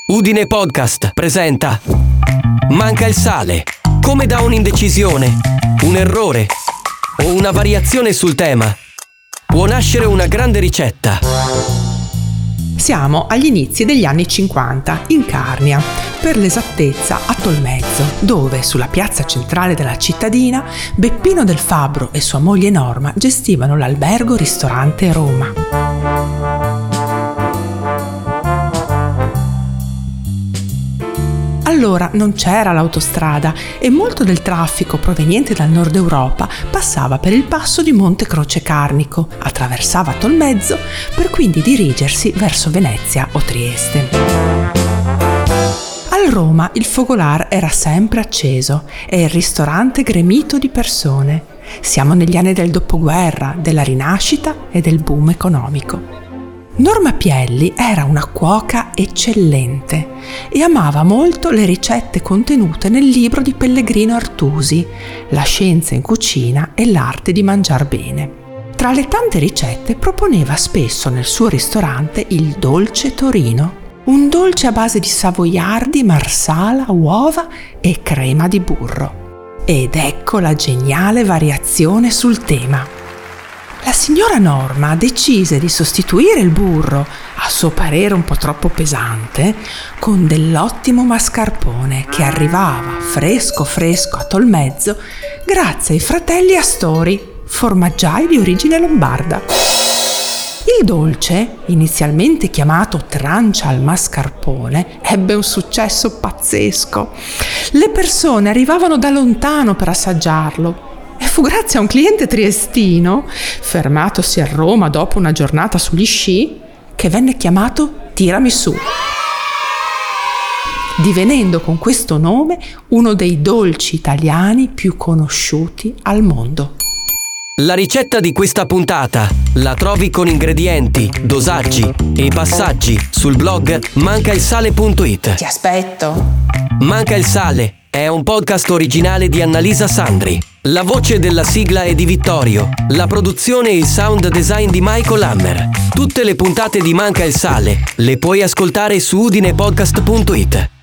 Udine Podcast presenta Manca il sale. Come da un'indecisione, un errore o una variazione sul tema può nascere una grande ricetta. Siamo agli inizi degli anni 50, in Carnia, per l'esattezza a Tolmezzo, dove sulla piazza centrale della cittadina Beppino del Fabbro e sua moglie Norma gestivano l'albergo-ristorante Roma. Allora non c'era l'autostrada e molto del traffico proveniente dal nord Europa passava per il passo di Monte Croce Carnico, attraversava Tolmezzo per quindi dirigersi verso Venezia o Trieste. Al Roma il fogolar era sempre acceso e il ristorante gremito di persone. Siamo negli anni del dopoguerra, della rinascita e del boom economico. Norma Pielli era una cuoca eccellente e amava molto le ricette contenute nel libro di Pellegrino Artusi, La scienza in cucina e l'arte di mangiar bene. Tra le tante ricette proponeva spesso nel suo ristorante il dolce Torino, un dolce a base di savoiardi, marsala, uova e crema di burro. Ed ecco la geniale variazione sul tema. La signora Norma decise di sostituire il burro, a suo parere un po' troppo pesante, con dell'ottimo mascarpone che arrivava fresco a Tolmezzo grazie ai fratelli Astori, formaggiai di origine lombarda. Il dolce, inizialmente chiamato trancia al mascarpone, ebbe un successo pazzesco. Le persone arrivavano da lontano per assaggiarlo. E fu grazie a un cliente triestino, fermatosi a Roma dopo una giornata sugli sci, che venne chiamato tiramisù, divenendo con questo nome uno dei dolci italiani più conosciuti al mondo. La ricetta di questa puntata la trovi con ingredienti, dosaggi e passaggi sul blog mancailsale.it. Ti aspetto. Manca il sale è un podcast originale di Annalisa Sandri. La voce della sigla è di Vittorio, la produzione e il sound design di Michael Hammer. Tutte le puntate di Manca il sale le puoi ascoltare su udinepodcast.it.